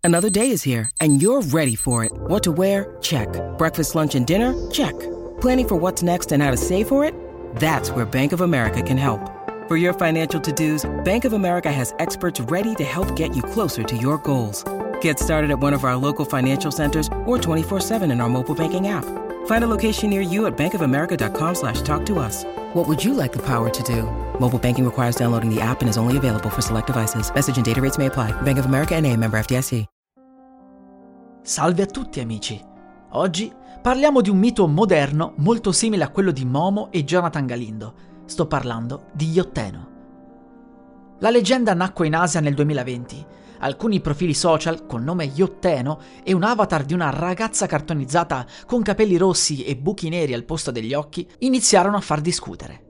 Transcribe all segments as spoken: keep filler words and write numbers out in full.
Another day is here, and you're ready for it. What to wear? Check. Breakfast, lunch, and dinner? Check. Planning for what's next and how to save for it? That's where Bank of America can help. For your financial to-dos, Bank of America has experts ready to help get you closer to your goals. Get started at one of our local financial centers or twenty-four seven in our mobile banking app. Find a location near you at bankofamerica.com slash talk to us. What would you like the power to do? Mobile banking requires downloading the app and is only available for select devices. Message and data rates may apply. Bank of America N A, member F D I C. Salve a tutti amici! Oggi parliamo di un mito moderno molto simile a quello di Momo e Jonathan Galindo. Sto parlando di Iotteno. La leggenda nacque in Asia nel duemilaventi. Alcuni profili social col nome Iotteno e un avatar di una ragazza cartonizzata con capelli rossi e buchi neri al posto degli occhi iniziarono a far discutere.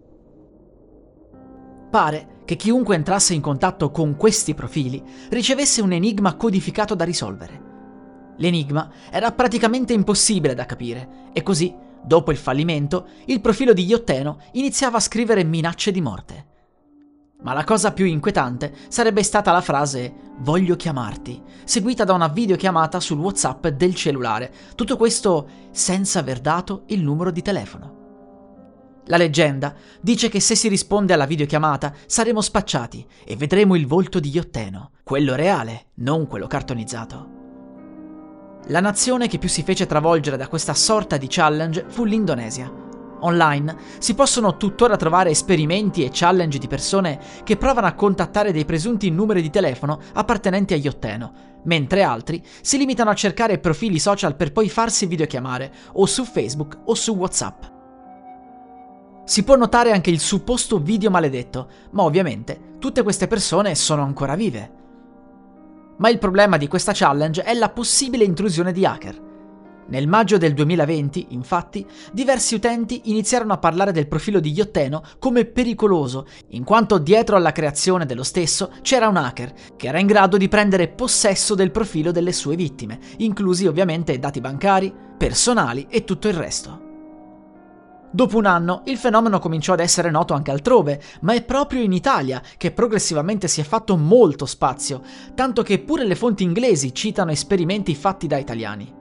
Pare che chiunque entrasse in contatto con questi profili ricevesse un enigma codificato da risolvere. L'enigma era praticamente impossibile da capire e così, dopo il fallimento, il profilo di Iotteno iniziava a scrivere minacce di morte. Ma la cosa più inquietante sarebbe stata la frase "voglio chiamarti", seguita da una videochiamata sul WhatsApp del cellulare, tutto questo senza aver dato il numero di telefono. La leggenda dice che se si risponde alla videochiamata saremo spacciati e vedremo il volto di Iotteno, quello reale, non quello cartonizzato. La nazione che più si fece travolgere da questa sorta di challenge fu l'Indonesia. Online si possono tuttora trovare esperimenti e challenge di persone che provano a contattare dei presunti numeri di telefono appartenenti a Iotteno, mentre altri si limitano a cercare profili social per poi farsi videochiamare o su Facebook o su WhatsApp. Si può notare anche il supposto video maledetto, ma ovviamente tutte queste persone sono ancora vive. Ma il problema di questa challenge è la possibile intrusione di hacker. Nel maggio del duemilaventi, infatti, diversi utenti iniziarono a parlare del profilo di Iotteno come pericoloso, in quanto dietro alla creazione dello stesso c'era un hacker che era in grado di prendere possesso del profilo delle sue vittime, inclusi ovviamente dati bancari, personali e tutto il resto. Dopo un anno il fenomeno cominciò ad essere noto anche altrove, ma è proprio in Italia che progressivamente si è fatto molto spazio, tanto che pure le fonti inglesi citano esperimenti fatti da italiani.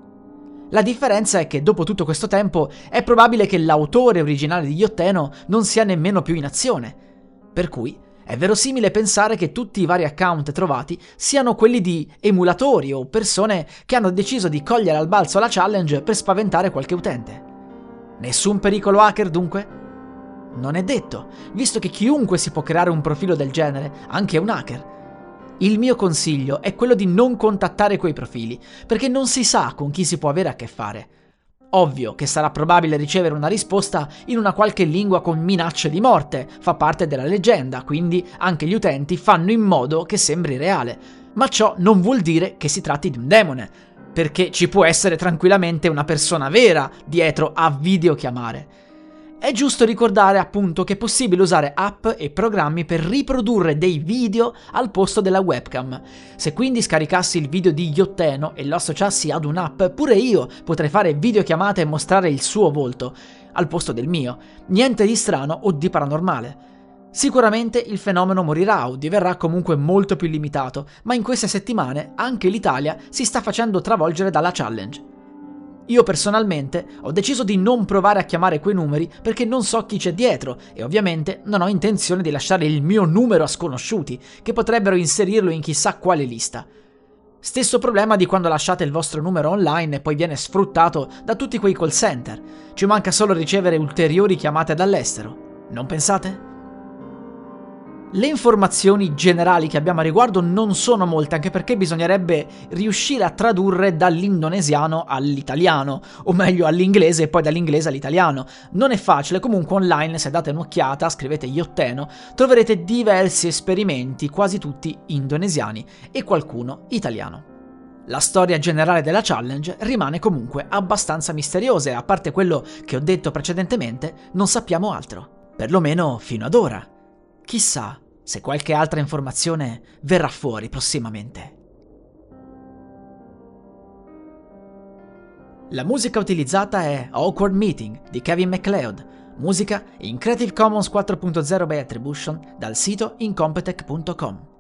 La differenza è che dopo tutto questo tempo è probabile che l'autore originale di Iotteno non sia nemmeno più in azione, per cui è verosimile pensare che tutti i vari account trovati siano quelli di emulatori o persone che hanno deciso di cogliere al balzo la challenge per spaventare qualche utente. Nessun pericolo hacker dunque? Non è detto, visto che chiunque si può creare un profilo del genere, anche un hacker. Il mio consiglio è quello di non contattare quei profili, perché non si sa con chi si può avere a che fare. Ovvio che sarà probabile ricevere una risposta in una qualche lingua con minacce di morte, fa parte della leggenda, quindi anche gli utenti fanno in modo che sembri reale. Ma ciò non vuol dire che si tratti di un demone, perché ci può essere tranquillamente una persona vera dietro a videochiamare. È giusto ricordare appunto che è possibile usare app e programmi per riprodurre dei video al posto della webcam. Se quindi scaricassi il video di Iotteno e lo associassi ad un'app, pure io potrei fare videochiamate e mostrare il suo volto, al posto del mio. Niente di strano o di paranormale. Sicuramente il fenomeno morirà o diverrà comunque molto più limitato, ma in queste settimane anche l'Italia si sta facendo travolgere dalla challenge. Io personalmente ho deciso di non provare a chiamare quei numeri perché non so chi c'è dietro e ovviamente non ho intenzione di lasciare il mio numero a sconosciuti che potrebbero inserirlo in chissà quale lista. Stesso problema di quando lasciate il vostro numero online e poi viene sfruttato da tutti quei call center. Ci manca solo ricevere ulteriori chiamate dall'estero. Non pensate? Le informazioni generali che abbiamo a riguardo non sono molte, anche perché bisognerebbe riuscire a tradurre dall'indonesiano all'italiano, o meglio all'inglese e poi dall'inglese all'italiano. Non è facile, comunque online se date un'occhiata, scrivete Iotteno, troverete diversi esperimenti, quasi tutti indonesiani e qualcuno italiano. La storia generale della challenge rimane comunque abbastanza misteriosa e a parte quello che ho detto precedentemente non sappiamo altro, perlomeno fino ad ora. Chissà se qualche altra informazione verrà fuori prossimamente. La musica utilizzata è Awkward Meeting di Kevin MacLeod, musica in Creative Commons quattro punto zero by Attribution dal sito incompetech punto com.